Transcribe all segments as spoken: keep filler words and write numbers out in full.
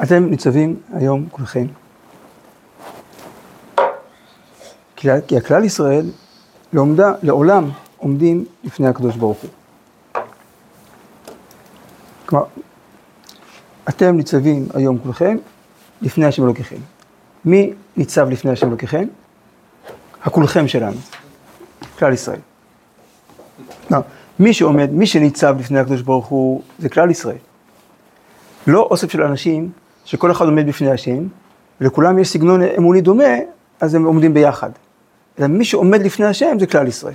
אתם ניצבים היום כולכם, כי הכלל ישראל לעומדה, לעולם עומדים לפני הקדוש ברוך הוא. כלומר, אתם ניצבים היום כולכם לפני השם אלוקיכם. מי ניצב לפני השם אלוקיכם? הכולכם שלנו, כלל ישראל. לא, מי שעומד, מי שניצב לפני הקדוש ברוך הוא זה כלל ישראל. לא אוסף של אנשים שכל אחד עומד בפני השם, ולכולם יש סגנון אמוני דומה, אז הם עומדים ביחד. אלא מי שעומד לפני השם זה כלל ישראל.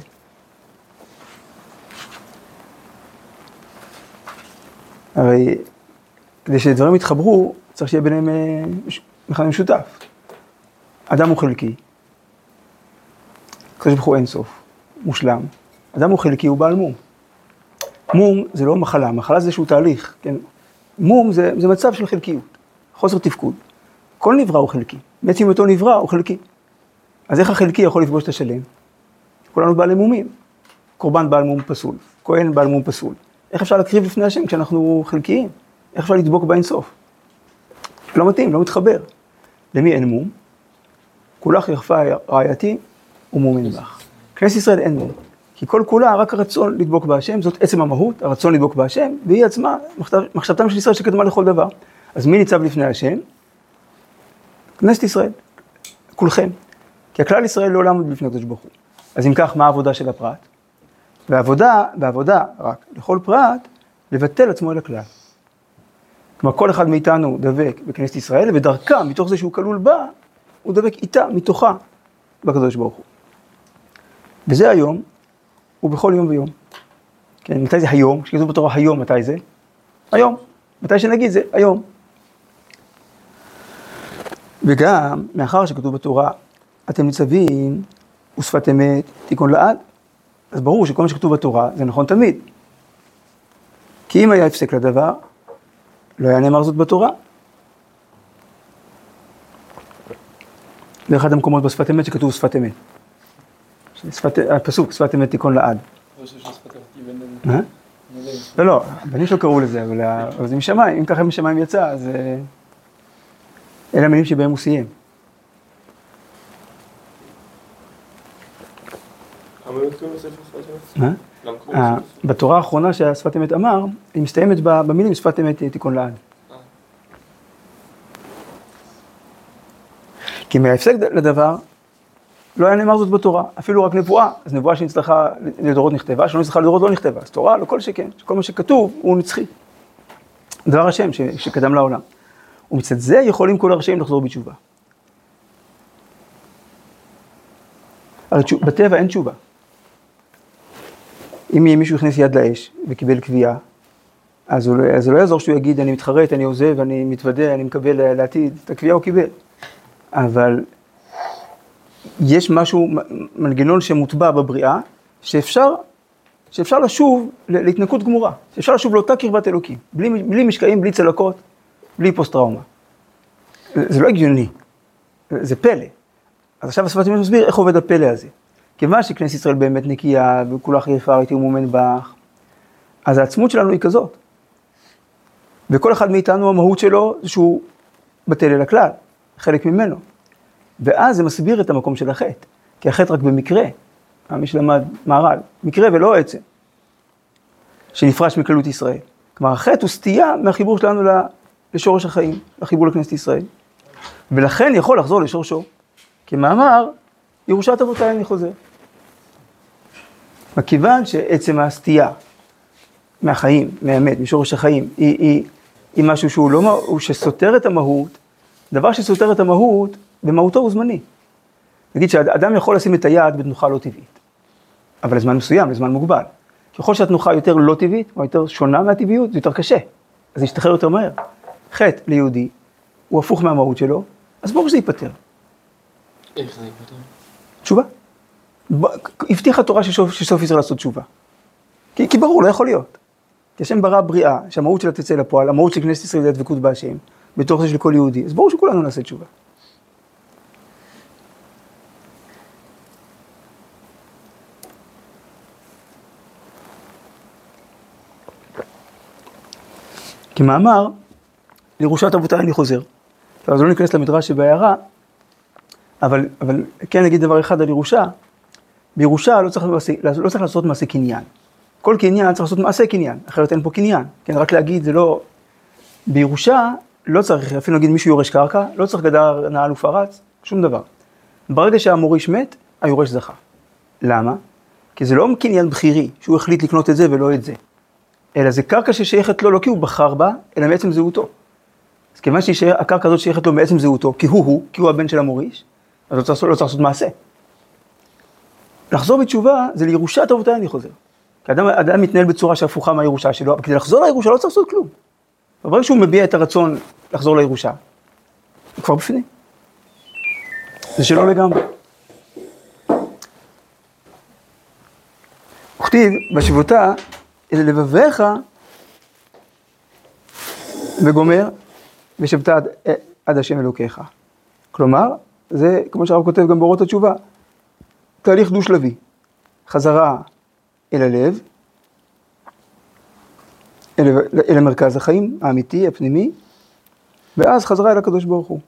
הרי כדי שדברים יתחברו, צריך שיהיה ביניהם מכנה משותף. אדם הוא חלקי, הקדוש ברוך הוא אין סוף, מושלם. אדם הוא חלקי, הוא בעל מום. מום זה לא מחלה, מחלה זה איזשהו תהליך, כן? מום זה, זה מצב של חלקיות, חוסר תפקוד. כל נברא הוא חלקי, בעצם אותו נברא הוא חלקי. אז איך החלקי יכול לפגוש את השלם? כולנו בעלי מומים. קורבן בעל מום פסול, כהן בעל מום פסול. איך אפשר להקריב לפני השם כשאנחנו חלקיים? איך אפשר לדבוק באין סוף? לא מתאים, לא מתחבר. למי אין מום? כולך יחפה רעייתי ומום אין בך. כנסת ישראל אין מום. כי כל כולה רק הרצון לדבוק בהשם, זאת עצם המהות, הרצון לדבוק בהשם, והיא עצמה מחשבתם של ישראל שקדמה לכל דבר. אז מי ניצב לפני השם? כנסת ישראל, כולכם. כי הכלל ישראל לעולם עומד לפני הקדוש ברוך הוא. אז אם כך, מה העבודה של הפרט? והעבודה, בעבודה רק, לכל פרט, לבטל עצמו אל הכלל. כלומר, כל אחד מאיתנו דבק בכנסת ישראל, ודרכה, מתוך זה שהוא כלול בה, הוא דבק איתה, מתוכה, בקדוש ברוך הוא. וזה היום, ובכל יום ויום. כן, מתי זה היום? כשכתוב בתורה היום, מתי זה? היום. מתי שנגיד זה? היום. וגם, מאחר שכתוב בתורה, אתם ניצבים, ושפת אמת, תיקון לעד, אז ברור שכל מה שכתוב בתורה, זה נכון תמיד. כי אם היה הפסק לדבר, לא היה נאמר זאת בתורה. באחד המקומות בשפת אמת שכתוב שפת אמת. שפת, הפסוק, שפת אמת תיקון לעד. מה? לא, לא, הבנים שלו קראו לזה, אבל זה משמיים, אם ככה משמיים יצא, אז אלה המילים שבהם הוא סיים. בתורה האחרונה שהשפת אמת אמר, היא מסתיימת במילים שפת אמת תיקון לעד. כי מההפסק לדבר, לא היה נאמר זאת בתורה, אפילו רק נבואה. אז נבואה שנצטרכה לדורות נכתבה, שלא נצטרכה לדורות לא נכתבה. אז תורה, לא כל שכן, שכל מה שכתוב הוא נצחי. דבר השם ש, שקדם לעולם. ומצד זה יכולים כל הרשעים לחזור בתשובה. הרי בטבע אין תשובה. אם מישהו יכנס יד לאש וקיבל קביעה, אז זה לא יעזור שהוא יגיד, אני מתחרט, אני עוזב, אני מתוודה, אני מקבל לעתיד. את הקביעה הוא קיבל. אבל יש משהו, מנגנון שמוטבע בבריאה, שאפשר, שאפשר לשוב להתנקות גמורה, שאפשר לשוב לאותה קרבת אלוקים, בלי, בלי משקעים, בלי צלקות, בלי פוסט-טראומה. זה לא הגיוני, זה פלא. אז עכשיו השפת אמת מסביר איך עובד הפלא הזה. כיוון שכנסת ישראל באמת נקייה, וכולך יפה, ראיתי ומומן בך, אז העצמות שלנו היא כזאת. וכל אחד מאיתנו, המהות שלו, זה שהוא בטל אל הכלל, חלק ממנו. ואז זה מסביר את המקום של החטא, כי החטא רק במקרה, מי שלמד מהר"ל, מקרה ולא עצם, שנפרש מכללות ישראל. כלומר, החטא הוא סטייה מהחיבור שלנו לשורש החיים, לחיבור לכנסת ישראל, ולכן יכול לחזור לשורשו, כמאמר, ירושת אבותיי אני חוזר. מכיוון שעצם הסטייה מהחיים, מהאמת, משורש החיים, היא, היא, היא משהו שהוא לא, הוא שסותר את המהות, דבר שסותר את המהות, במהותו הוא זמני. נגיד שאדם יכול לשים את היד בתנוחה לא טבעית, אבל לזמן מסוים, לזמן מוגבל. ככל שהתנוחה יותר לא טבעית, או יותר שונה מהטבעיות, זה יותר קשה. אז זה ישתחרר יותר מהר. חטא ליהודי, הוא הפוך מהמהות שלו, אז ברור שזה ייפטר. איך זה ייפטר? תשובה. הבטיח התורה שסוף ישראל לעשות תשובה. כי, כי ברור, לא יכול להיות. כי השם ברא בריאה, שהמהות שלה תצא לפועל, המהות של כנסת ישראל זה הדבקות בהשם, בתוך זה של כל יהודי. אז ברור שכולנו נעשה תשובה. כמאמר, לירושת אבותיי אני חוזר. אז לא ניכנס למדרש שבהערה, אבל, אבל כן נגיד דבר אחד על ירושה, בירושה לא צריך, לא צריך לעשות מעשה קניין. כל קניין צריך לעשות מעשה קניין, אחרת אין פה קניין. כן, רק להגיד זה לא... בירושה לא צריך, אפילו נגיד מישהו יורש קרקע, לא צריך גדר נעל ופרץ, שום דבר. ברגע שהמוריש מת, היורש זכה. למה? כי זה לא קניין בחירי, שהוא החליט לקנות את זה ולא את זה. אלא זה קרקע ששייכת לו, לא כי הוא בחר בה, אלא מעצם זהותו. אז כיוון שהקרקע הזאת שייכת לו מעצם זהותו, כי הוא הוא, כי הוא הבן של המוריש, אז לא צריך, לא צריך לעשות מעשה. לחזור בתשובה, זה לירושת אבותיי אני חוזר. כי אדם, אדם מתנהל בצורה שהפוכה מהירושה שלו, אבל כדי לחזור לירושה לא צריך לעשות כלום. ברגע שהוא מביע את הרצון לחזור לירושה, הוא כבר בפנים. זה שלא לגמרי. וכתיב, בשבותה, אל לבביך, וגומר, ושבתה עד, עד השם אלוקיך. כלומר, זה, כמו שהרב כותב גם באורות התשובה, תהליך דו-שלבי. חזרה אל הלב, אל, אל המרכז החיים, האמיתי, הפנימי, ואז חזרה אל הקדוש ברוך הוא.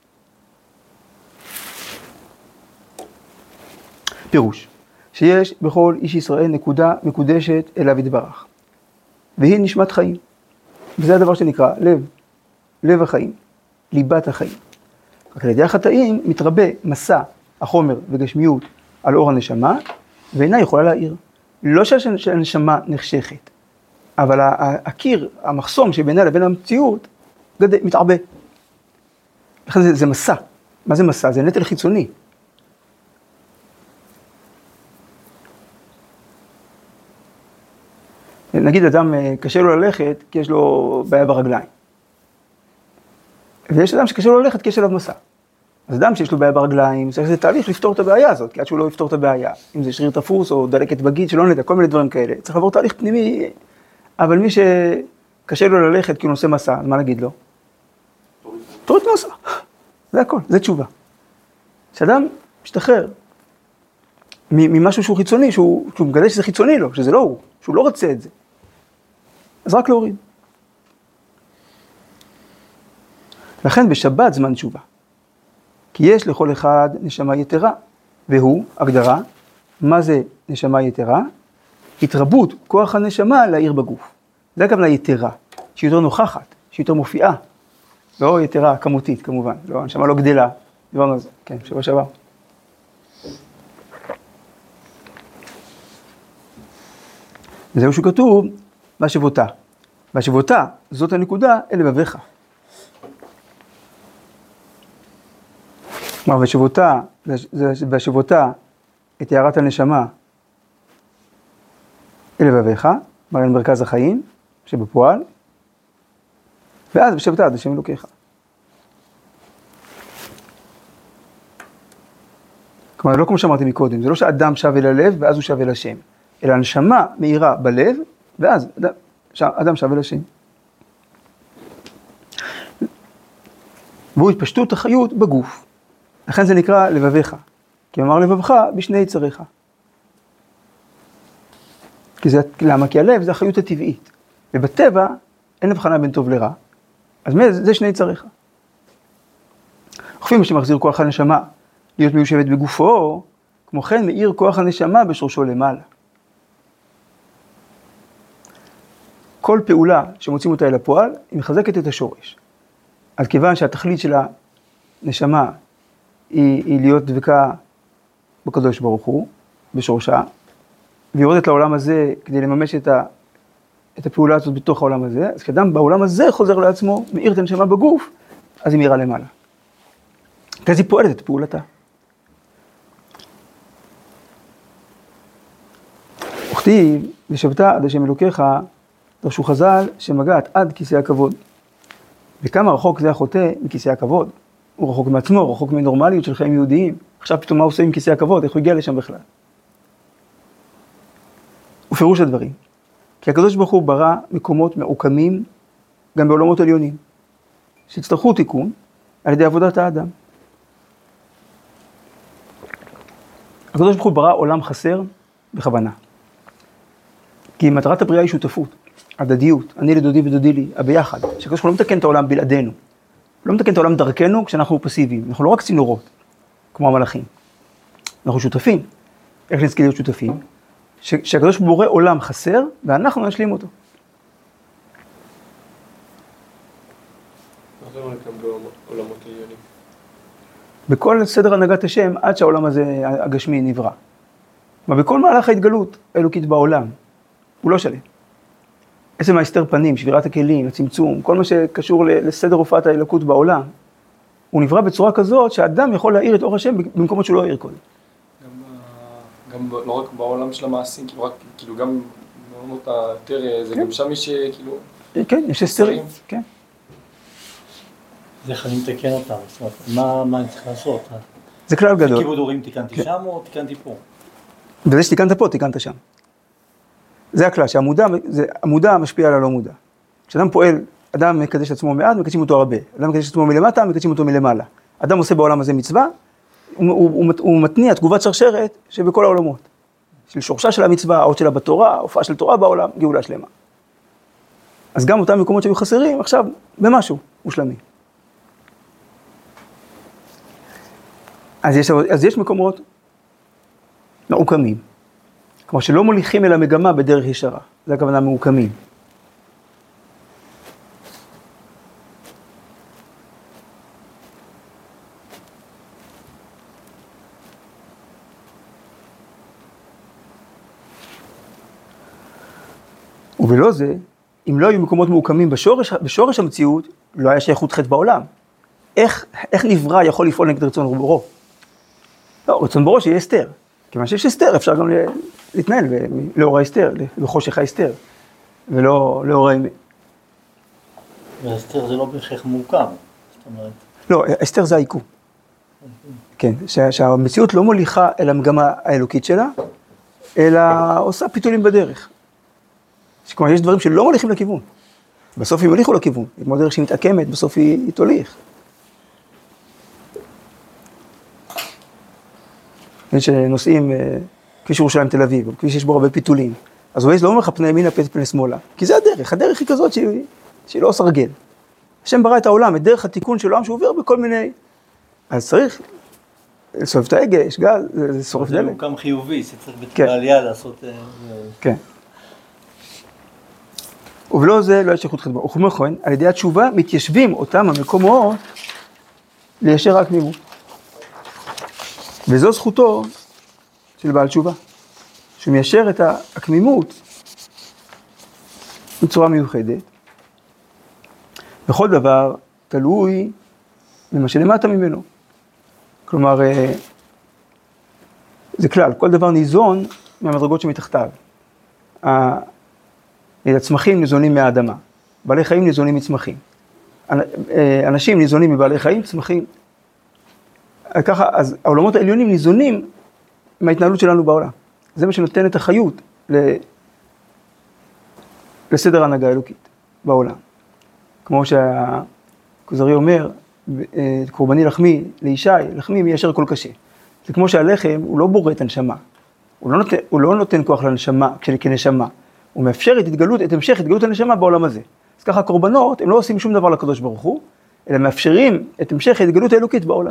פירוש, שיש בכל איש ישראל נקודה מקודשת אליו יתברך, והיא נשמת חיים. וזה הדבר שנקרא לב, לב החיים, ליבת החיים. רק על ידי החטאים מתרבה מסע החומר וגשמיות על אור הנשמה, ואינה יכולה להעיר. לא שהנשמה נחשכת, אבל הקיר, המחסום שבינה לבין המציאות, גדל, מתערבה. לכן זה, זה מסע. מה זה מסע? זה נטל חיצוני. נגיד אדם קשה לו ללכת כי יש לו בעיה ברגליים. ויש אדם שקשה לו ללכת כי יש עליו מסע. אז אדם שיש לו בעיה ברגליים, צריך איזה תהליך לפתור את הבעיה הזאת, כי עד שהוא לא יפתור את הבעיה, אם זה שריר תפוס או דלקת בגיד, שלא נדע, כל מיני דברים כאלה, צריך לעבור תהליך פנימי, אבל מי שקשה לו ללכת כי הוא נושא מסע, מה נגיד לו? תוריד מסע. זה הכל, זה תשובה. שאדם משתחרר ממשהו שהוא חיצוני, שהוא, שהוא מגלה שזה חיצוני לו, שזה לא הוא, שהוא לא רוצה את זה. אז רק להוריד. לכן בשבת זמן תשובה. כי יש לכל אחד נשמה יתרה, והוא, הגדרה, מה זה נשמה יתרה? התרבות כוח הנשמה להעיר בגוף. זה הכוונה יתרה, שהיא יותר נוכחת, שהיא יותר מופיעה. לא יתרה כמותית כמובן, לא, הנשמה לא גדלה, דיברנו על זה, כן, שבוע שעבר. וזהו שכתוב, בשבותה. בשבותה, זאת הנקודה, אל לבביך. כלומר, בשבותה, בשבותה, את הערת הנשמה, אל לבביך, כלומר, אל מרכז החיים, שבפועל, ואז בשבתה עד השם אלוקיך. כלומר, לא כמו שאמרתי מקודם, זה לא שאדם שב אל הלב, ואז הוא שב אל השם, אלא הנשמה מאירה בלב, ואז אדם, אדם שב אל השם. והוא התפשטות החיות בגוף. לכן זה נקרא לבביך, כי אמר לבבך בשני יצריך. כי זה, למה? כי הלב זה החיות הטבעית, ובטבע אין הבחנה בין טוב לרע, אז זה, זה שני יצריך. וכפי מה שמחזיר כוח הנשמה להיות מיושבת בגופו, כמו כן מאיר כוח הנשמה בשורשו למעלה. כל פעולה שמוצאים אותה אל הפועל, היא מחזקת את השורש. אז כיוון שהתכלית של הנשמה היא, היא להיות דבקה בקדוש ברוך הוא, בשורשה, והיא יורדת לעולם הזה כדי לממש את, ה, את הפעולה הזאת בתוך העולם הזה, אז כשאדם בעולם הזה חוזר לעצמו, מאיר את הנשמה בגוף, אז היא מאירה למעלה. אז היא פועלת את פעולתה. וכתיב, ושבתה עד השם אלוקיך, דרשו חז"ל שמגעת עד כיסא הכבוד. וכמה רחוק זה החוטא מכיסא הכבוד. הוא רחוק מעצמו, הוא רחוק מנורמליות של חיים יהודיים. עכשיו פתאום מה הוא עושה עם כיסא הכבוד, איך הוא הגיע לשם בכלל. ופירוש הדברים. כי הקדוש ברוך הוא ברא מקומות מעוקמים גם בעולמות עליונים, שהצטרכו תיקון על ידי עבודת האדם. הקדוש ברוך הוא ברא עולם חסר בכוונה. כי מטרת הבריאה היא שותפות. הדדיות, אני לדודי ודודי לי, הביחד, שקדוש ברוך הוא לא מתקן את העולם בלעדינו, לא מתקן את העולם דרכנו כשאנחנו פסיביים, אנחנו לא רק צינורות, כמו המלאכים, אנחנו שותפים. איך נזכה להיות שותפים? שהקדוש ברוך הוא בורא עולם חסר, ואנחנו נשלים אותו. מה זה אומר כאן בעולמות עליונים? בכל סדר הנהגת השם, עד שהעולם הזה הגשמי נברא. ובכל מהלך ההתגלות האלוקית בעולם, הוא לא שלם. עצם ההסתר פנים, שבירת הכלים, הצמצום, כל מה שקשור לסדר הופעת האלוקות בעולם, הוא נברא בצורה כזאת שהאדם יכול להאיר את אור השם במקומות שהוא לא האיר קודם. גם לא רק בעולם של המעשים, כאילו רק, כאילו גם בעולמות היותר, זה גם שם יש כאילו... כן, יש הסתרים, כן. זה איך אני מתקן אותם, זאת אומרת, מה, מה אני צריך לעשות? זה כלל גדול. כיבוד הורים תיקנתי שם או תיקנתי פה? וזה שתיקנת פה, תיקנת שם. זה הכלל, שהמודע משפיע על הלא מודע. כשאדם פועל, אדם מקדש עצמו מעט, מקדשים אותו הרבה. אדם מקדש עצמו מלמטה, מקדשים אותו מלמעלה. אדם עושה בעולם הזה מצווה, הוא, הוא, הוא מתניע תגובת שרשרת שבכל העולמות. של שורשה של המצווה, האות שלה בתורה, הופעה של תורה בעולם, גאולה שלמה. אז גם אותם מקומות שהיו חסרים, עכשיו במשהו, מושלמים. אז יש, אז יש מקומות מעוקמים. כלומר שלא מוליכים אל המגמה בדרך ישרה. זה הכוונה מעוקמים. ובלא זה, אם לא היו מקומות מעוקמים בשורש, בשורש המציאות, לא היה שייכות חטא בעולם. איך, איך נברא יכול לפעול נגד רצון בוראו? לא, רצון בוראו שיהיה הסתר. כיוון שיש הסתר, אפשר גם להתנהל לאור ההסתר, בחושך ההסתר, ולא לאור האמת. וההסתר זה לא בהכרח מעוקם, זאת אומרת. לא, ההסתר זה העיקום. כן, שהמציאות לא מוליכה אל המגמה האלוקית שלה, אלא עושה פיתולים בדרך. כלומר, יש דברים שלא מוליכים לכיוון. בסוף הם מוליכו לכיוון. כמו דרך שהיא מתעקמת, בסוף היא, היא תוליך. יש נוסעים, כביש ירושלים תל אביב, כביש שיש בו הרבה פיתולים. אז הוא לא אומר לך פני ימינה, פני שמאלה. כי זה הדרך. הדרך היא כזאת שהיא, שהיא לא עושה רגל. השם ברא את העולם, את דרך התיקון של העולם שהוא עובר בכל מיני... אז צריך לסובב את ההגה, יש גל, זה שורף דלק. זה מוקם חיובי, שצריך בעלייה לעשות... כן. ובלא זה לא יש שייכות חטא. וכמו כן, על ידי התשובה מתיישבים אותם המקומות ליישר רק מימות. וזו זכותו של בעל תשובה, שהוא מיישר את הקמימות בצורה מיוחדת. בכל דבר תלוי במה שלמטה ממנו. כלומר, זה כלל, כל דבר ניזון מהמדרגות שמתחתיו. הצמחים ניזונים מהאדמה, בעלי חיים ניזונים מצמחים. אנשים ניזונים מבעלי חיים, צמחים. ככה, אז העולמות העליונים ניזונים מההתנהלות שלנו בעולם. זה מה שנותן את החיות לסדר ההנהגה האלוקית בעולם. כמו שהכוזרי אומר, קורבני לחמי לישי, לחמי מיישר כל קשה. זה כמו שהלחם הוא לא בורא את הנשמה. הוא לא נותן, הוא לא נותן כוח לנשמה כנשמה. הוא מאפשר את התגלות, את המשך התגלות הנשמה בעולם הזה. אז ככה הקורבנות, הם לא עושים שום דבר לקדוש ברוך הוא, אלא מאפשרים את המשך ההתגלות האלוקית בעולם.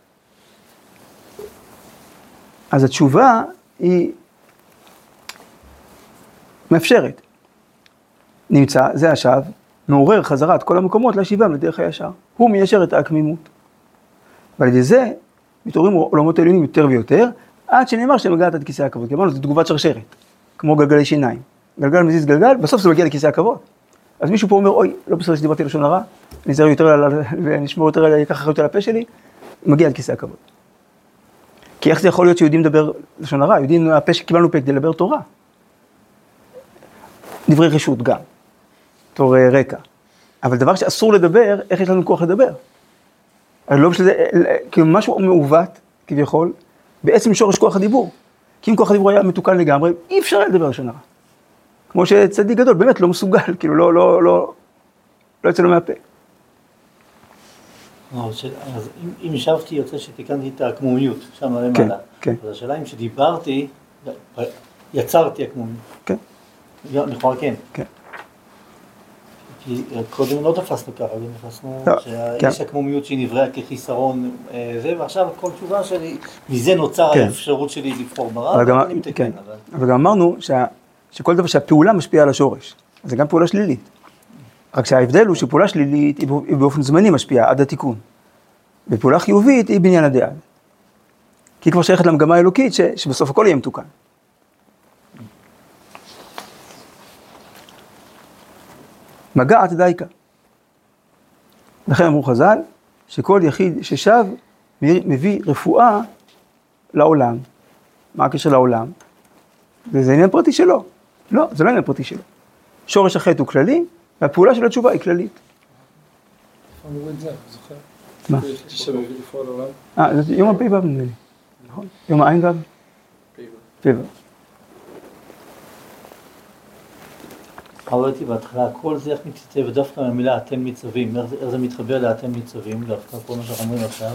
אז התשובה היא מאפשרת. נמצא, זה השב, מעורר חזרת כל המקומות להשיבם לדרך הישר. הוא מיישר את העקמימות. ועל ידי זה מתעוררים עולמות העליונים יותר ויותר, עד שנאמר שמגעת עד כיסא הכבוד. כי אמרנו, זו תגובת שרשרת, כמו גלגלי שיניים. גלגל מזיז גלגל, בסוף זה מגיע לכיסא הכבוד. אז מישהו פה אומר, אוי, לא בסדר שדיברתי לשון הרע, אני אזהר יותר ונשמור יותר, ייקח אחריות על הפה שלי, מגיע עד כיסא הכבוד. כי איך זה יכול להיות שיהודים מדבר לשון הרע? יהודים, הפה שקיבלנו פה כדי לדבר תורה. דברי רשות גם, תור רקע. אבל דבר שאסור לדבר, איך יש לנו כוח לדבר? אני לא בשביל זה, כאילו משהו מעוות, כביכול, בעצם שורש כוח הדיבור. כי אם כוח הדיבור היה מתוקן לגמרי, אי אפשר לדבר לשון הרע. כמו שצדיק גדול, באמת לא מסוגל, כאילו לא, לא, לא, לא יצא לו מהפה. אז אם ישבתי, יוצא שתיקנתי את הקמומיות, שם למעלה. כן. אז השאלה אם שדיברתי, יצרתי הקמומיות. כן. לכאורה כן. כן. כי קודם לא תפסנו ככה, תפסנו לא, שיש כן. הקמומיות שהיא נבראה כחיסרון זה, ועכשיו כל תשובה שלי, מזה נוצר כן. האפשרות שלי לבחור ברע, אבל גם, ואני מתקן. כן. אבל... אבל גם אמרנו שה, שכל דבר שהפעולה משפיעה על השורש, אז זה גם פעולה שלילית. רק שההבדל הוא שפעולה שלילית היא היא באופן זמני משפיעה עד התיקון. ופעולה חיובית היא בניין הדעת. כי היא כבר שייכת למגמה האלוקית ש, שבסוף הכל יהיה מתוקן. מגעת דייקה. לכן אמרו חז"ל, שכל יחיד ששב מביא רפואה לעולם. מה הקשר לעולם? זה עניין פרטי שלו. לא, זה לא עניין פרטי שלו. שורש החטא הוא כללי, והפעולה של התשובה היא כללית. איפה אמרו את זה? זוכר? מה? ששב מביא רפואה לעולם? אה, זה יום הפ"ו נדמה לי. נכון? יום העין ו'? פ"ו. ראיתי בהתחלה, כל זה איך מתכתב, ודווקא מהמילה אתם מצווים, איך זה, איך זה מתחבר לאתם מצווים, דווקא כל מה שאנחנו אומרים עכשיו.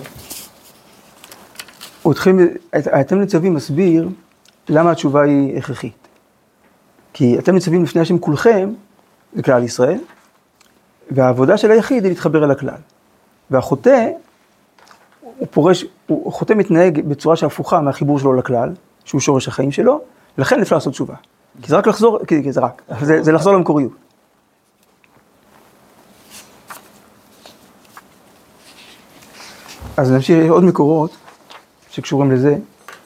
אתם ניצבים מסביר למה התשובה היא הכרחית. כי אתם ניצבים לפני השם כולכם, לכלל ישראל, והעבודה של היחיד היא להתחבר אל הכלל. והחוטא, הוא פורש, הוא חוטא מתנהג בצורה שהפוכה מהחיבור שלו לכלל, שהוא שורש החיים שלו, ולכן אפשר לעשות תשובה. כי זה רק לחזור, כי זה רק, זה, זה לחזור למקוריות. אז נמשיך, יש עוד מקורות שקשורים לזה,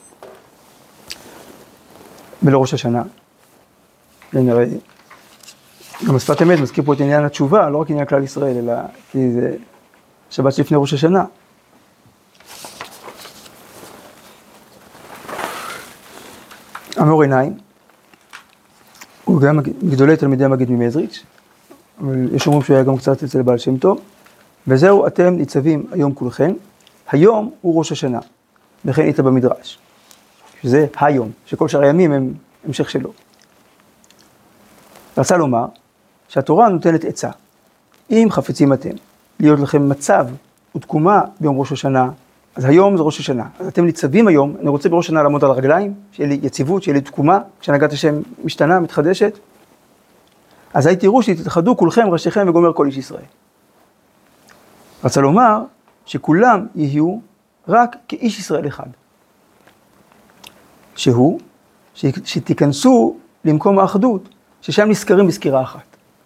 בלראש השנה. נראה, גם השפת אמת מזכיר פה את עניין התשובה, לא רק עניין כלל ישראל, אלא כי זה שבת שלפני ראש השנה. אמור עיניים, הוא גם גדולי תלמידי המגיד ממזריץ', אבל יש אומרים שהוא היה גם קצת אצל בעל שם טוב, וזהו אתם ניצבים היום כולכם, היום הוא ראש השנה, לכן איתה במדרש, שזה היום, שכל שאר הימים הם המשך שלו. רצה לומר שהתורה נותנת עצה, אם חפצים אתם, להיות לכם מצב ותקומה ביום ראש השנה, אז היום זה ראש השנה, אז אתם ניצבים היום, אני רוצה בראש השנה לעמוד על הרגליים, שיהיה לי יציבות, שיהיה לי תקומה, כשהנהגת השם משתנה, מתחדשת, אז הייתי תראו שתתאחדו כולכם, ראשיכם וגומר כל איש ישראל. רצה לומר שכולם יהיו רק כאיש ישראל אחד, שהוא, שתיכנסו למקום האחדות, ששם נזכרים בסקירה אחת.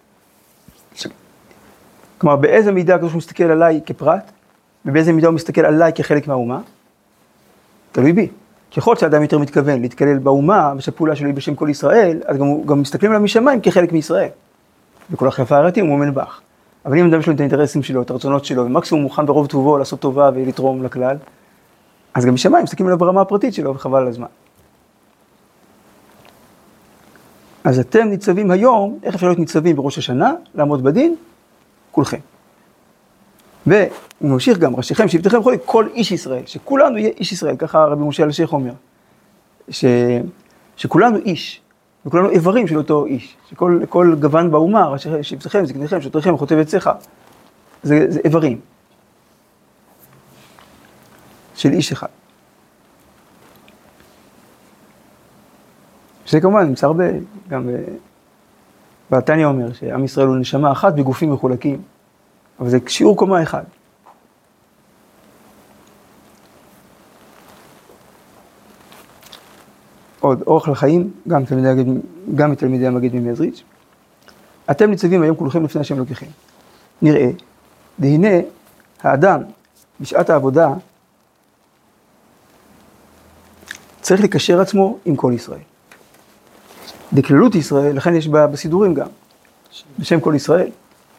כלומר, באיזה מידה הקדוש הוא מסתכל עליי כפרט, ובאיזה מידה הוא מסתכל עליי כחלק מהאומה? תלוי בי. ככל שאדם יותר מתכוון להתקלל באומה, ושהפעולה שלו היא בשם כל ישראל, אז גם, גם מסתכלים עליו משמיים כחלק מישראל. וכל החלפה הרעתי הוא מומן בך. אבל אם אדם יש לו את האינטרסים שלו, את הרצונות שלו, ומקסימום מוכן ברוב טובו לעשות טובה ולתרום לכלל, אז גם משמיים מסתכלים עליו ברמה הפרטית שלו וחבל על הזמן. אז אתם ניצבים היום, איך אפשר להיות ניצבים בראש השנה, לעמוד בדין? כולכם. והוא ממשיך גם, ראשיכם, שבטיכם יכולים, כל איש ישראל, שכולנו יהיה איש ישראל, ככה רבי משה אלשיך אומר, ש... שכולנו איש, וכולנו איברים של אותו איש, שכל כל גוון באומה, ראשיכם, שבטיכם, זקניכם, שוטריכם, אחותי וציך, זה, זה איברים של איש אחד. שזה כמובן נמצא הרבה, גם בתניא אומר שעם ישראל הוא נשמה אחת בגופים מחולקים, אבל זה שיעור קומה אחד. עוד אורך לחיים, גם, תלמידי, גם מתלמידי המגיד ממזריץ'. אתם ניצבים היום כולכם לפני השם אלוקיכם. נראה, והנה האדם בשעת העבודה צריך לקשר עצמו עם כל ישראל. בכללות ישראל, לכן יש בסידורים גם, בשם כל ישראל.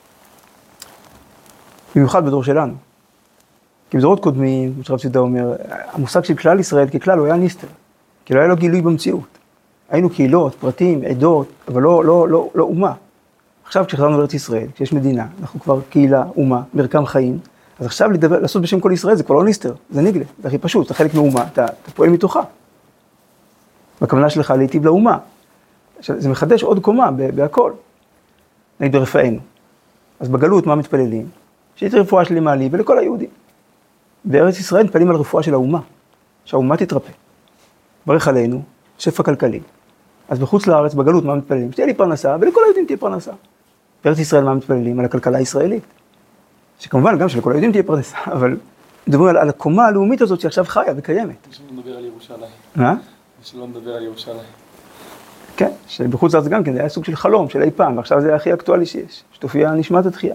במיוחד בדור שלנו. כי בדורות קודמים, כמו שרב צידה אומר, המושג של כלל ישראל ככלל הוא היה ניסטר, כי לא היה לו גילוי במציאות. היינו קהילות, פרטים, עדות, אבל לא, לא, לא, לא אומה. עכשיו כשחזרנו לארץ ישראל, כשיש מדינה, אנחנו כבר קהילה, אומה, מרקם חיים, אז עכשיו לדבר, לעשות בשם כל ישראל זה כבר לא ניסטר, זה ניגלה, זה הכי פשוט, זה חלק מאומה, אתה, אתה פועל מתוכה. בכוונה שלך להיטיב לאומה. זה מחדש עוד קומה בהכל. נגיד ברפאנו. אז בגלות מה מתפללים? שיש רפואה שלמה לי ולכל היהודים. בארץ ישראל מתפללים על רפואה של האומה, שהאומה תתרפא. ברך עלינו, שפע כלכלי. אז בחוץ לארץ, בגלות, מה מתפללים? שתהיה לי פרנסה, ולכל היהודים תהיה פרנסה. בארץ ישראל מה מתפללים? על הכלכלה הישראלית. שכמובן גם שלכל היהודים תהיה פרנסה, אבל מדברים על, על הקומה הלאומית הזאת שעכשיו חיה וקיימת. ושלא נדבר על ירושלים. מה? ושלא נדבר על ירושלים. כן, שבחוץ לארץ גם כן, זה היה סוג של חלום, של אי פעם, ועכשיו זה הכי אקטואלי שיש, שתופיע נשמת התחייה.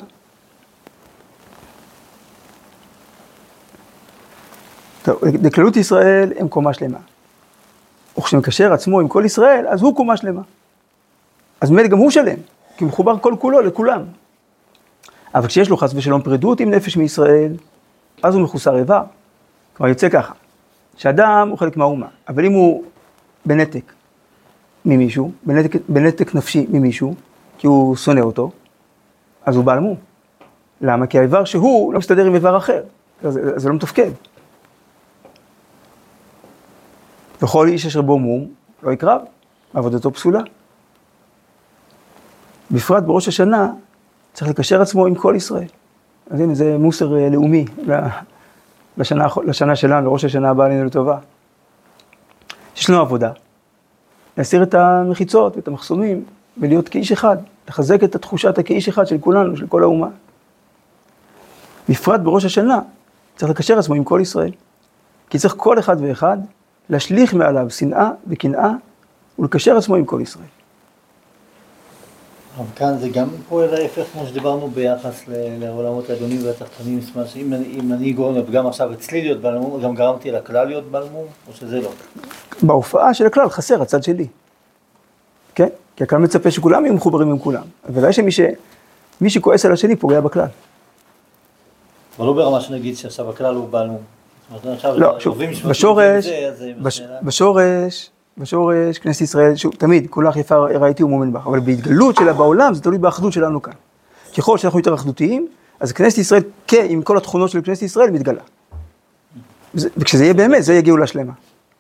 טוב, לכללות ישראל הם קומה שלמה. וכשמקשר עצמו עם כל ישראל, אז הוא קומה שלמה. אז ממילא גם הוא שלם, כי הוא מחובר כל כולו לכולם. אבל כשיש לו חס ושלום פרידות עם נפש מישראל, אז הוא מחוסר איבר. כלומר, יוצא ככה, שאדם הוא חלק מהאומה, אבל אם הוא בנתק ממישהו, בנתק, בנתק נפשי ממישהו, כי הוא שונא אותו, אז הוא בעל מום. למה? כי האיבר שהוא לא מסתדר עם איבר אחר, אז זה לא מתפקד. וכל איש אשר בו מום, לא יקרב, עבודתו פסולה. בפרט בראש השנה, צריך לקשר עצמו עם כל ישראל. אז הנה, זה מוסר לאומי לשנה, לשנה שלנו, לראש השנה הבאה עלינו לטובה. יש לנו עבודה, להסיר את המחיצות ואת המחסומים, ולהיות כאיש אחד, לחזק את התחושת הכאיש אחד של כולנו, של כל האומה. בפרט בראש השנה, צריך לקשר עצמו עם כל ישראל. כי צריך כל אחד ואחד להשליך מעליו שנאה וקנאה, ולקשר עצמו עם כל ישראל. אבל כאן זה גם פועל ההפך, כמו שדיברנו ביחס לעולמות העליונים והתחתונים, זאת אומרת שאם אם אני גורם גם עכשיו אצלי להיות בעל מום, גם גרמתי לכלל להיות בעל מום, או שזה לא? בהופעה של הכלל חסר הצד שלי. כן? כי הכלל מצפה שכולם יהיו מחוברים עם כולם. אבל שמי ש... מי שכועס על השני פוגע בכלל. אבל לא ברמה שנגיד שעכשיו הכלל הוא בעל מום. לא, שוב, בשורש, בשורש, בשורש, כנסת ישראל, שוב, תמיד, כולך יפה ראיתי ומומן בך, אבל בהתגלות שלה בעולם, זה תלוי באחדות שלנו כאן. ככל שאנחנו יותר אחדותיים, אז כנסת ישראל, כן, עם כל התכונות של כנסת ישראל, מתגלה. וכשזה יהיה באמת, זה יהיה גאולה שלמה.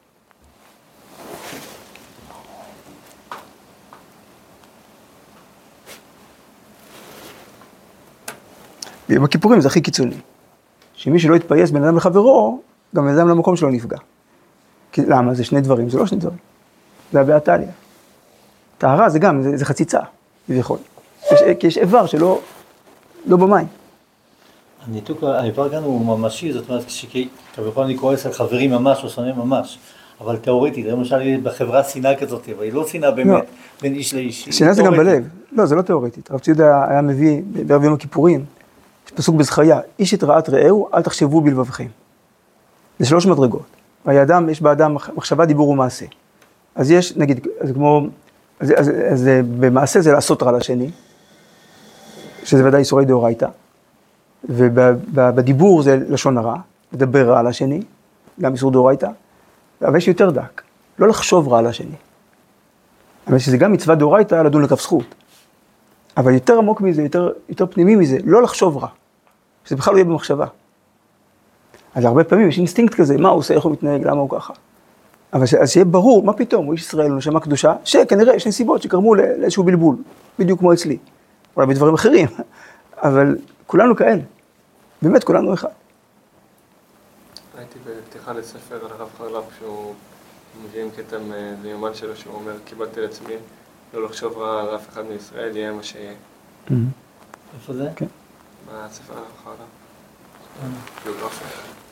ביום הכיפורים זה הכי קיצוני. שמי שלא יתפייס בין אדם לחברו, גם בן אדם למקום שלו נפגע. כי, למה? זה שני דברים, זה לא שני דברים. זה הבאתליה. טהרה זה גם, זה, זה חציצה, זה יכול. יש, כי יש איבר שלא לא במים. הניתוק, האיבר כאן הוא ממשי, זאת אומרת, כביכול אני כועס על חברים ממש או שונא ממש, אבל תיאורטית, למשל בחברה שנאה כזאת, אבל היא לא שנאה באמת, לא. בין איש לאיש. שנאה זה גם בלב. לא, זה לא תיאורטית. רב ציודה היה מביא בערב יום הכיפורים, יש פסוק בזכריה, איש את רעת רעהו, אל תחשבו בלבבכם. זה שלוש מדרגות. והאדם, יש באדם מחשבה, דיבור ומעשה. אז יש, נגיד, אז כמו, אז, אז, אז במעשה זה לעשות רע לשני, שזה ודאי איסורי דאורייתא, ובדיבור זה לשון הרע, לדבר רע לשני, גם איסור דאורייתא, אבל יש יותר דק, לא לחשוב רע לשני. אבל שזה גם מצווה דאורייתא לדון לכף זכות. אבל יותר עמוק מזה, יותר, יותר פנימי מזה, לא לחשוב רע. שזה בכלל לא יהיה במחשבה. אז הרבה פעמים יש אינסטינקט כזה, מה הוא עושה, איך הוא מתנהג, למה הוא ככה. אבל ש... אז שיהיה ברור, מה פתאום, הוא איש ישראל, הוא נשמה קדושה, שכנראה יש נסיבות שקרמו לאיזשהו בלבול, בדיוק כמו אצלי. אולי בדברים אחרים, אבל כולנו כאלה. באמת, כולנו אחד. הייתי בפתיחה לספר על הרב חרל"פ, שהוא מביאים קטע מיומן שלו, שהוא אומר, קיבלתי לעצמי, לא לחשוב רע על אף אחד מישראל, יהיה מה שיהיה. איפה זה? כן. בספר הרב חרל"פ. גיאוגרפיה.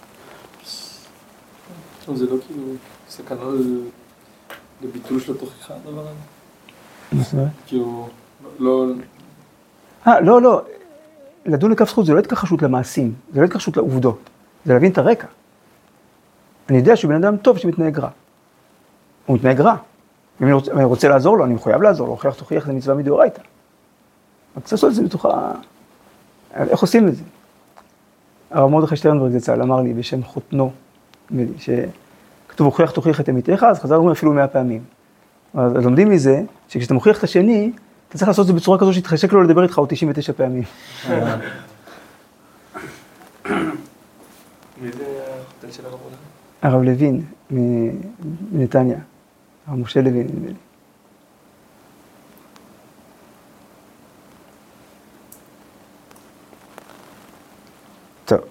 טוב, זה לא כאילו סכנה לביטול של התוכחה, הדבר הזה? מה זה? כאילו, לא... אה, לא, לא. לדון לכף זכות זה לא התכחשות למעשים, זה לא התכחשות לעובדות, זה להבין את הרקע. אני יודע שהוא בן אדם טוב שמתנהג רע. הוא מתנהג רע. אם אני רוצה, אני רוצה לעזור לו, אני מחויב לעזור לו, הוכיח תוכיח זה מצווה מדאורייתא. רק צריך לעשות את זה בתוך ה... איך עושים את זה? הרב מרדכי שטרנברג זצ"ל אמר לי בשם חותנו, שכתוב הוכיח תוכיח את אמיתך, אז חזרנו אפילו מאה פעמים. אז לומדים מזה, שכשאתה מוכיח את השני, אתה צריך לעשות את זה בצורה כזו שתחשק לו לדבר איתך עוד תשעים ותשע פעמים. מי זה החותן של הרב מרדכי? הרב לוין מנתניה, הרב משה לוין נדמה לי. טוב.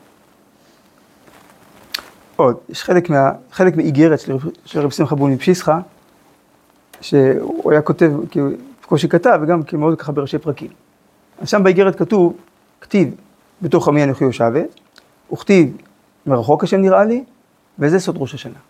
עוד, יש חלק מה, חלק מאיגרת של, של רב שמחה בון מפשיסחה, שהוא היה כותב, כי הוא בקושי כתב, וגם כי מאוד ככה בראשי פרקים. אז שם באיגרת כתוב, כתיב בתוך עמי אנוכי יושבת, וכתיב מרחוק השם נראה לי, וזה סוד ראש השנה.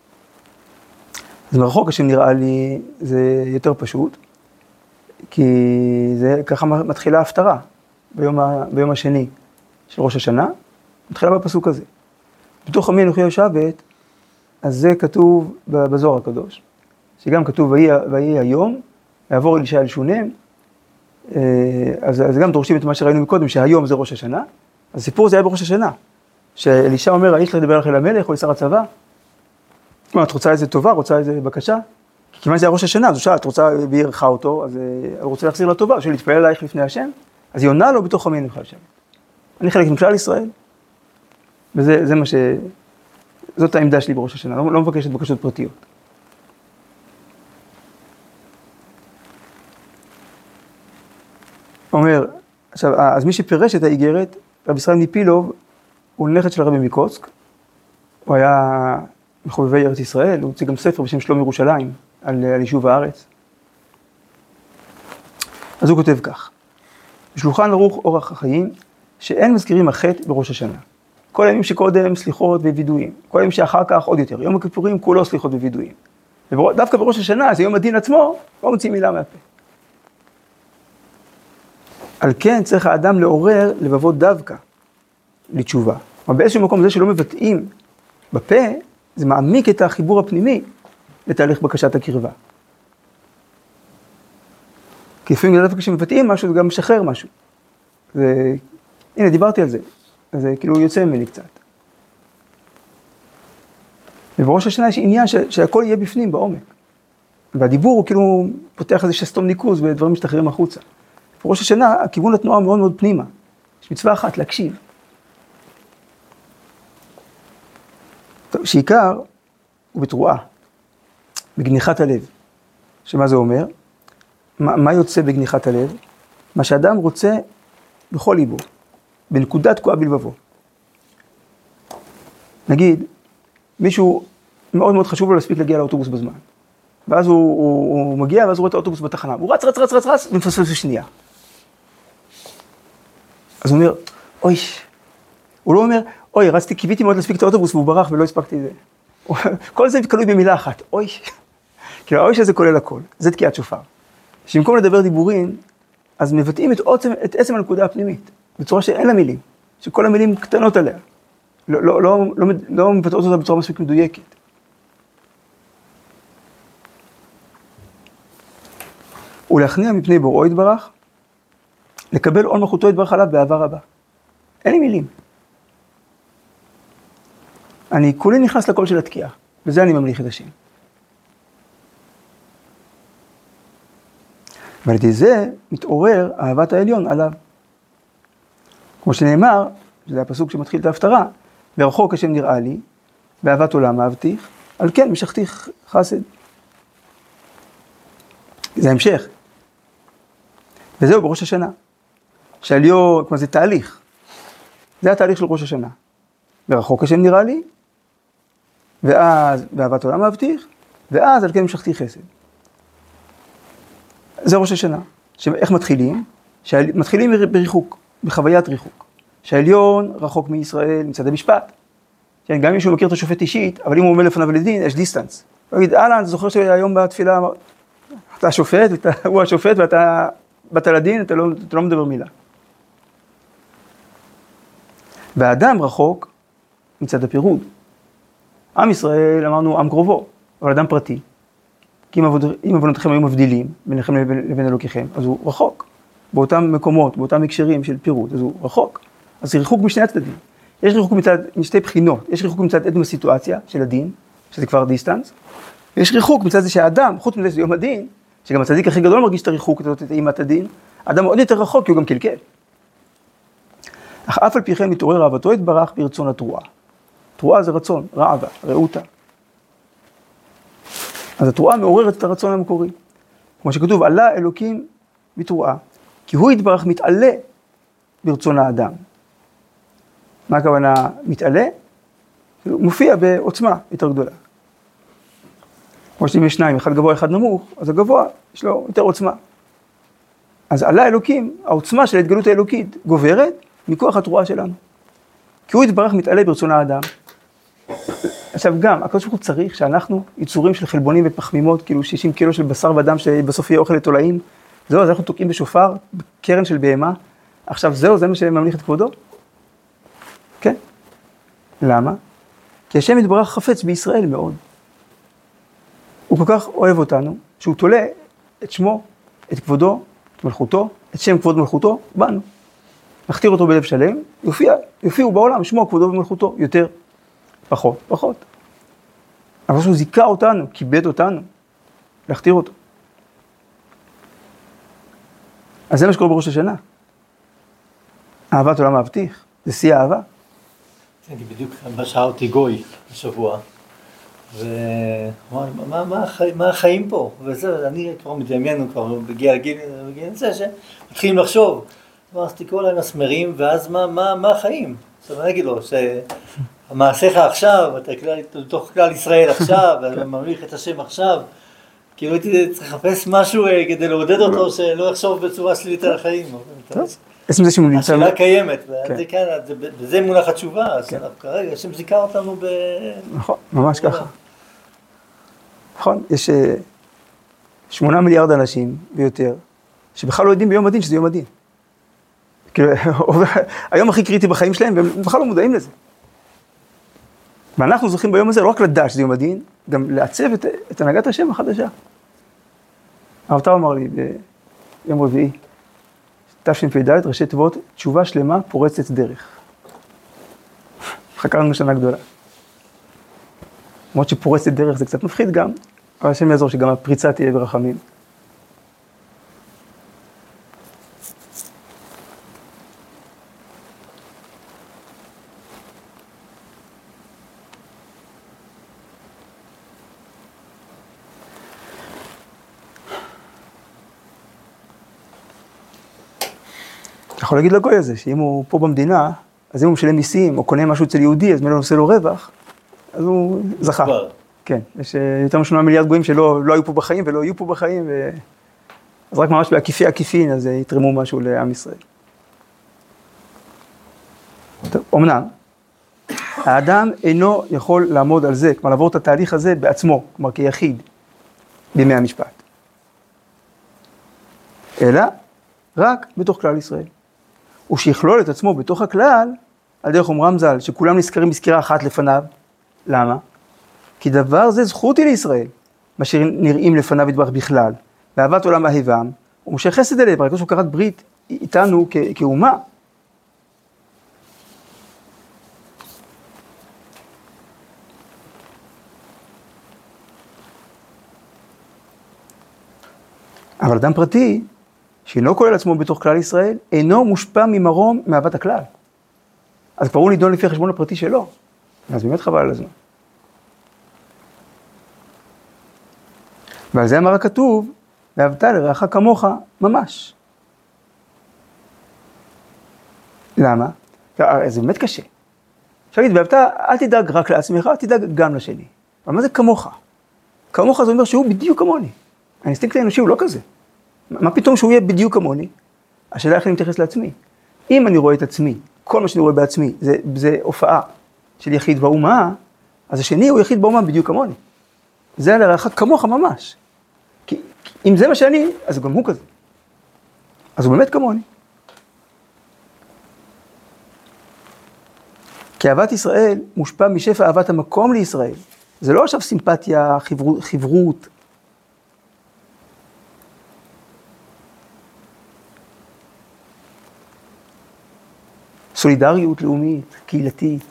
אז מרחוק השם נראה לי זה יותר פשוט, כי זה ככה מתחילה ההפטרה ביום, ה, ביום השני של ראש השנה, מתחילה בפסוק הזה. בתוך עמי אנוכי יושבת, אז זה כתוב בזוהר הקדוש, שגם כתוב ויהי היום, יעבור אלישע אל שונם, אז, אז גם דורשים את מה שראינו מקודם, שהיום זה ראש השנה, אז הסיפור זה היה בראש השנה, שאלישע אומר, האיש לך לדבר לך אל המלך או לשר הצבא, מה, את רוצה איזה טובה, רוצה איזה בקשה? כי כיוון זה היה ראש השנה, אז הוא שאל, את רוצה, והיא ערכה אותו, אז הוא רוצה להחזיר לה טובה, בשביל להתפלל עלייך לפני השם, אז היא עונה לו בתוך עמי אנוכי יושבת. אני חלק מכלל ישראל, וזה זה מה ש... זאת העמדה שלי בראש השנה, לא, לא מבקשת בקשות פרטיות. אומר, עכשיו, אז מי שפירש את האיגרת, רבי ישראל ניפילוב, הוא נכד של הרבי מקוצק, הוא היה מחובבי ארץ ישראל, הוא הוציא גם ספר בשם שלום ירושלים, על, על יישוב הארץ. אז הוא כותב כך, בשולחן ערוך אורח החיים, שאין מזכירים החטא בראש השנה. כל הימים שקודם סליחות ווידויים, כל הימים שאחר כך עוד יותר, יום הכיפורים כולו סליחות ווידויים. ודווקא בראש השנה, זה יום הדין עצמו, לא מוציא מילה מהפה. על כן צריך האדם לעורר לבבות דווקא לתשובה. אבל באיזשהו מקום זה שלא מבטאים בפה, זה מעמיק את החיבור הפנימי לתהליך בקשת הקרבה. כי לפעמים דווקא כשמבטאים משהו, זה גם משחרר משהו. זה... הנה, דיברתי על זה. זה כאילו יוצא ממני קצת. ובראש השנה יש עניין ש... שהכל יהיה בפנים, בעומק. והדיבור הוא כאילו פותח איזה שסתום ניקוז ודברים משתחררים החוצה. בראש השנה, הכיוון לתנועה מאוד מאוד פנימה. יש מצווה אחת, להקשיב. טוב, שעיקר הוא בתרועה, בגניחת הלב. שמה זה אומר? מה, מה יוצא בגניחת הלב? מה שאדם רוצה בכל ליבו, בנקודת תקועה בלבבו. נגיד, מישהו מאוד מאוד חשוב לו להספיק להגיע לאוטובוס בזמן. ואז הוא, הוא, הוא מגיע, ואז הוא רואה את האוטובוס בתחנה. הוא רץ, רץ, רץ, רץ, רץ, ומפספס בשנייה. אז הוא אומר, אוי, הוא לא אומר, אוי, רצתי, קיוויתי מאוד להספיק את האוטובוס, והוא ברח ולא הספקתי את זה. כל זה כלוי במילה אחת, אוי. כאילו, האוי שזה כולל הכל, זה תקיעת שופר. שבמקום לדבר דיבורים, אז מבטאים את, עוצם, את עצם הנקודה הפנימית, בצורה שאין לה מילים, שכל המילים קטנות עליה. לא, לא, לא, לא, לא מבטאות אותה בצורה מספיק מדויקת. ולהכניע מפני בוראו יתברך, לקבל עול מלכותו יתברך עליו באהבה רבה. אין לי מילים. אני כולי נכנס לקול של התקיעה, וזה אני ממליך את השם. ועל ידי זה מתעורר אהבת העליון עליו. כמו שנאמר, שזה הפסוק שמתחיל את ההפטרה, ורחוק השם נראה לי, באהבת עולם אהבתיך, על כן משכתיך חסד. זה המשך. וזהו בראש השנה. שהעליון, כמו זה תהליך. זה התהליך של ראש השנה. ורחוק השם נראה לי, ואז באהבת עולם אהבתיך, ואז על כן משכתיך חסד. זה ראש השנה. איך מתחילים? מתחילים בריחוק, בחוויית ריחוק. שהעליון רחוק מישראל מצד המשפט. כן, גם אם מישהו מכיר את השופט אישית, אבל אם הוא אומר לפניו לדין, יש דיסטנס. הוא יגיד, אהלן, אתה זוכר שהיום בתפילה, אתה השופט, ואתה, הוא השופט, ואתה באת לדין, אתה לא, אתה לא מדבר מילה. והאדם רחוק מצד הפירוד. עם ישראל, אמרנו, עם קרובו, אבל אדם פרטי. כי אם, עבוד, אם עוונותיכם היו מבדילים ביניכם לבין, לבין אלוקיכם, אז הוא רחוק. באותם מקומות, באותם הקשרים של פירוד, אז הוא רחוק. אז זה ריחוק משני הצדדים. יש ריחוק מצד, משתי בחינות. יש ריחוק מצד עצם הסיטואציה של הדין, שזה כבר דיסטנס. ויש ריחוק מצד זה שהאדם, חוץ מזה שזה יום הדין, שגם הצדיק הכי גדול מרגיש את הריחוק, את אימת הדין, האדם עוד יותר רחוק, כי הוא גם קלקל. אך אף על פי כן מתעורר אהבתו יתברך ברצון התרועה. תרועה זה רצון, רעבה, רעותה. אז התרועה מעוררת את הרצון המקורי. כמו שכתוב, עלה אלוקים בתרועה, כי הוא יתברך מתעלה ברצון האדם. מה הכוונה מתעלה? הוא מופיע בעוצמה יותר גדולה. כמו שאם יש שניים, אחד גבוה, אחד נמוך, אז הגבוה יש לו יותר עוצמה. אז עלה אלוקים, העוצמה של ההתגלות האלוקית גוברת מכוח התרועה שלנו. כי הוא יתברך מתעלה ברצון האדם. עכשיו גם, הקדוש ברוך הוא צריך שאנחנו יצורים של חלבונים ופחמימות, כאילו שישים קילו של בשר ודם שבסוף יהיה אוכל לתולעים. זהו, אז אנחנו תוקעים בשופר, בקרן של בהמה. עכשיו זהו, זה מה שממליך את כבודו? כן. למה? כי השם יתברך חפץ בישראל מאוד. הוא כל כך אוהב אותנו, שהוא תולה את שמו, את כבודו, את מלכותו, את שם כבוד מלכותו, בנו. נכתיר אותו בלב שלם, יופיע, יופיעו בעולם, שמו, כבודו ומלכותו, יותר, פחות, פחות. אבל שהוא זיכה אותנו, כיבד אותנו, להכתיר אותו. אז זה מה שקורה בראש השנה. אהבת עולם מבטיח, זה שיא האהבה. כן, בדיוק בשעה אותי גוי השבוע, ומה מה, מה, מה החיים פה? וזה, אני כבר מדמיין, הוא כבר בגיע לגיל, בגיע לזה, שמתחילים לחשוב, אז תקראו להם מסמרים, ואז מה, מה, מה החיים? עכשיו אני אגיד לו, שהמעשיך עכשיו, אתה בתוך כלל ישראל עכשיו, ואתה ממליך את השם עכשיו, כאילו הייתי צריך לחפש משהו כדי לעודד אותו, שלא יחשוב בצורה שלילית על החיים. עצם זה שהוא נמצא... השאלה קיימת, וזה מונח התשובה, כרגע, השם זיכה אותנו ב... נכון, ממש ככה. נכון, יש שמונה מיליארד אנשים ויותר, שבכלל לא יודעים ביום הדין שזה יום הדין. כאילו, היום הכי קריטי בחיים שלהם, והם בכלל לא מודעים לזה. ואנחנו זוכים ביום הזה לא רק לדעת שזה יום הדין, גם לעצב את, את הנהגת השם החדשה. הרב טאו אמר לי ביום רביעי, תשפ"ד, ראשי תיבות, תשובה שלמה פורצת דרך. חקר לנו שנה גדולה. למרות שפורצת דרך זה קצת מפחיד גם, אבל השם יעזור שגם הפריצה תהיה ברחמים. אתה יכול להגיד לגוי הזה, שאם הוא פה במדינה, אז אם הוא משלם מיסים, או קונה משהו אצל יהודי, אז מי לא עושה לו רווח, אז הוא זכה. כן, יש יותר משמונה מיליארד גויים שלא לא היו פה בחיים, ולא יהיו פה בחיים, ו... אז רק ממש בעקיפי עקיפין, אז יתרמו משהו לעם ישראל. טוב, אמנם, האדם אינו יכול לעמוד על זה, כלומר לעבור את התהליך הזה בעצמו, כלומר כיחיד, בימי המשפט. אלא, רק בתוך כלל ישראל. ושיכלול את עצמו בתוך הכלל, על דרך אומרם ז"ל, שכולם נזכרים בסקירה אחת לפניו. למה? כי דבר זה זכות היא לישראל, מה שנראים לפניו יתברך בכלל, באהבת עולם אהבם, ומשה חסד אליהם, רק שהוא כרת ברית איתנו כ- כאומה. אבל אדם פרטי, שאינו כולל עצמו בתוך כלל ישראל, אינו מושפע ממרום מאהבת הכלל. אז כבר הוא נידון לפי החשבון הפרטי שלו. אז באמת חבל על הזמן. ועל זה אמר הכתוב, ואהבת לרעך כמוך ממש. למה? זה באמת קשה. אפשר להגיד, ואהבת, אל תדאג רק לעצמך, תדאג גם לשני. אבל מה זה כמוך? כמוך זה אומר שהוא בדיוק כמוני. האינסטינקט האנושי הוא לא כזה. מה פתאום שהוא יהיה בדיוק כמוני? השאלה איך אני מתייחס לעצמי. אם אני רואה את עצמי, כל מה שאני רואה בעצמי, זה, זה הופעה של יחיד באומה, אז השני הוא יחיד באומה בדיוק כמוני. זה לרעך כמוך ממש. כי אם זה מה שאני, אז גם הוא כזה. אז הוא באמת כמוני. כי אהבת ישראל מושפע משפע אהבת המקום לישראל. זה לא עכשיו סימפתיה, חברות, חברות. סולידריות לאומית, קהילתית.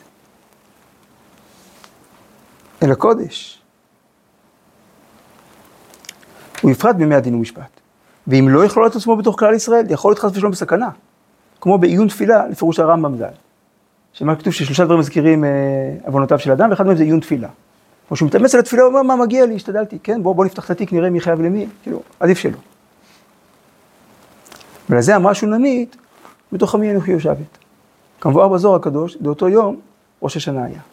אלא קודש. הוא יפרד בימי הדין ומשפט. ואם לא יכלול את עצמו בתוך כלל ישראל, יכול להיות חס ושלום בסכנה. כמו בעיון תפילה, לפירוש הרמב"ם ז"ל. שמה כתוב ששלושה דברים מזכירים עוונותיו של אדם, ואחד מהם זה עיון תפילה. כמו שהוא מתאמץ על התפילה, הוא אומר, מה מגיע לי, השתדלתי, כן? בוא, בוא נפתח את התיק, נראה מי חייב למי, כאילו, עדיף שלא. ולזה אמרה שוננית, בתוך עמי אנוכי יושבת. כמבואר בזוהר הקדוש, באותו יום, ראש השנה היה.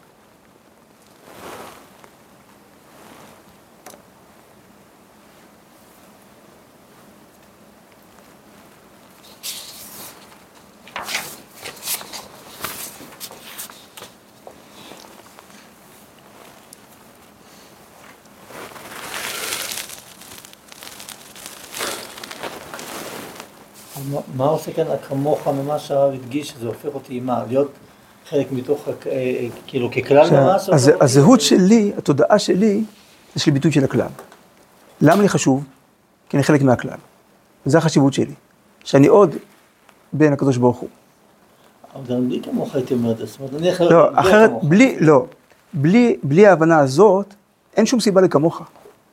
מה, מה עושה כאן כמוך ממש הרב הדגיש שזה הופך אותי מה, להיות חלק מתוך, כאילו ככלל ממש? אז הזהות שלי, התודעה שלי, זה של ביטוי של הכלל. למה לי חשוב? כי אני חלק מהכלל. וזו החשיבות שלי. שאני עוד בין הקדוש ברוך הוא. אבל גם בלי כמוך הייתי אומר את זה. זאת אומרת, אני אחרת... לא, אחרת, בלי, לא. בלי, בלי ההבנה הזאת, אין שום סיבה לכמוך.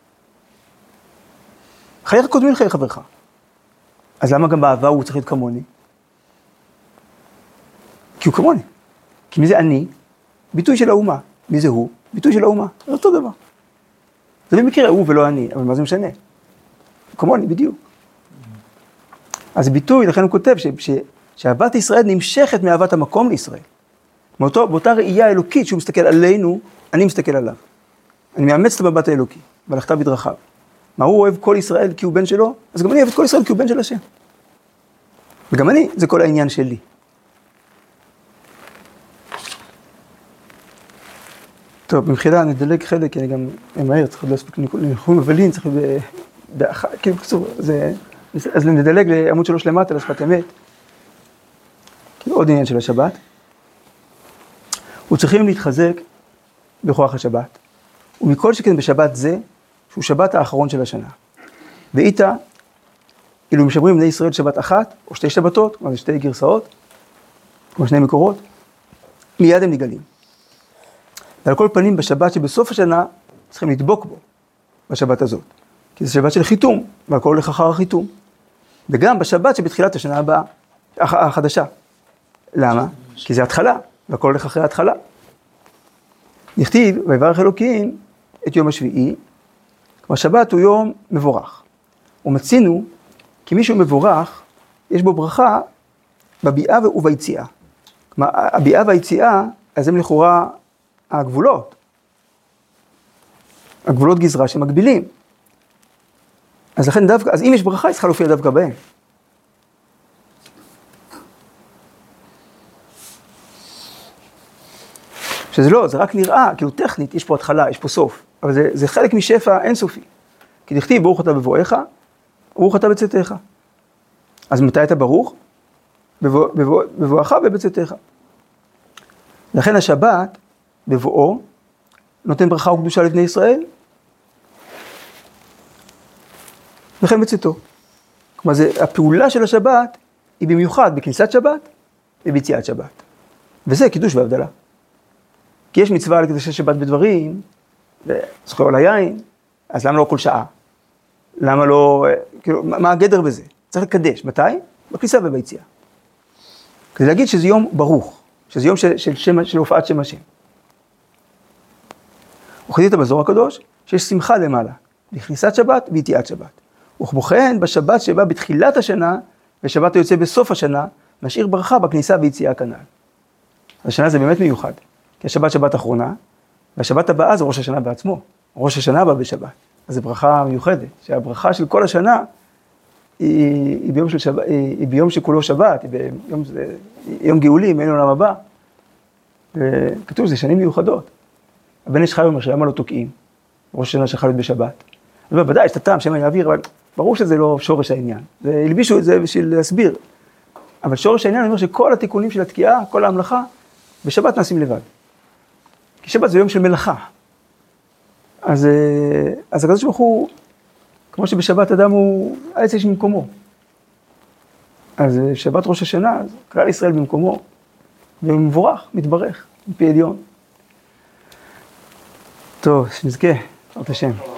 חייך קודמים לחיי חברך. אז למה גם בעבר הוא צריך להיות כמוני? כי הוא כמוני. כי מי זה אני? ביטוי של האומה. מי זה הוא? ביטוי של האומה. זה אותו דבר. זה במקרה הוא ולא אני, אבל מה זה משנה? כמוני, בדיוק. אז ביטוי, לכן הוא כותב ש, ש, שאהבת ישראל נמשכת מאהבת המקום לישראל. באותו, באותה ראייה אלוקית שהוא מסתכל עלינו, אני מסתכל עליו. אני מאמץ את המבט האלוקי, והלכת בדרכיו. מה הוא אוהב כל ישראל כי הוא בן שלו? אז גם אני אוהב את כל ישראל כי הוא בן של השם. וגם אני, זה כל העניין שלי. טוב, במחילה, נדלג חלק, כי אני גם מהר, צריך עוד להספיק ניחום מבלין, צריך באחת, כאילו, קצור, זה... אז נדלג לעמוד שלוש למטה, לשפת אמת. כאילו, עוד עניין של השבת. וצריכים להתחזק בכוח השבת. ומכל שכן בשבת זה, שהוא שבת האחרון של השנה. ואיתה, אילו משברים בני ישראל שבת אחת, או שתי שבתות, כלומר זה שתי גרסאות, כמו שני מקורות, מיד הם נגלים. ועל כל פנים בשבת שבסוף השנה, צריכים לדבוק בו, בשבת הזאת. כי זה שבת של חיתום, והכל הולך אחר החיתום. וגם בשבת שבתחילת השנה הבאה, החדשה. למה? כי זה התחלה, והכל הולך אחרי ההתחלה. נכתיב, ויברך אלוקים את יום השביעי, כמו שבת הוא יום מבורך. ומצינו, כי מישהו מבורך, יש בו ברכה בביאה וביציאה. כלומר, הביאה והיציאה, אז הם לכאורה הגבולות. הגבולות גזרה שמגבילים. אז לכן דווקא, אז אם יש ברכה, היא צריכה להופיע דווקא בהם. שזה לא, זה רק נראה, כאילו טכנית, יש פה התחלה, יש פה סוף. אבל זה, זה חלק משפע אינסופי. כי דכתיב, ברוך אתה בבואך, ברוך אתה בצאתך. אז מתי אתה ברוך? בבוא, בבוא, בבואך ובצאתך. לכן השבת, בבואו, נותן ברכה וקדושה לבני ישראל, וכן בצאתו. כלומר, זה, הפעולה של השבת היא במיוחד בכניסת שבת וביציאת שבת. וזה קידוש והבדלה. כי יש מצווה לקדש שבת בדברים, וזכור על היין, אז למה לא כל שעה? למה לא, כאילו, מה הגדר בזה? צריך לקדש. מתי? בכניסה וביציאה. כדי להגיד שזה יום ברוך, שזה יום של, של, של, של הופעת שם השם. וכתית בזוהר הקדוש, שיש שמחה למעלה, לכניסת שבת ויציאת שבת. וכמו כן, בשבת שבא בתחילת השנה, ושבת היוצא בסוף השנה, משאיר ברכה בכניסה ויציאה כנ"ל. השנה זה באמת מיוחד, כי השבת שבת אחרונה, והשבת הבאה זה ראש השנה בעצמו. ראש השנה בא בשבת. אז זו ברכה מיוחדת, שהברכה של כל השנה היא, היא, ביום, של שבת, היא, היא ביום שכולו שבת, היא ביום זה, יום גאולי, מעין עולם הבא. וכתוב, זה שנים מיוחדות. הבן איש חי אומר שלמה לא תוקעים, ראש השנה שחל להיות בשבת. ובוודאי, יש את הטעם, שמא יעביר, אבל ברור שזה לא שורש העניין. והלבישו את זה בשביל להסביר. אבל שורש העניין אומר שכל התיקונים של התקיעה, כל ההמלכה, בשבת נעשים לבד. כי שבת זה יום של מלאכה. אז, אז הקדוש ברוך הוא, כמו שבשבת אדם הוא העץ יש ממקומו. אז שבת ראש השנה, אז כלל ישראל במקומו, ומבורך, מתברך, מפי עליון. טוב, שנזכה, בעזרת השם.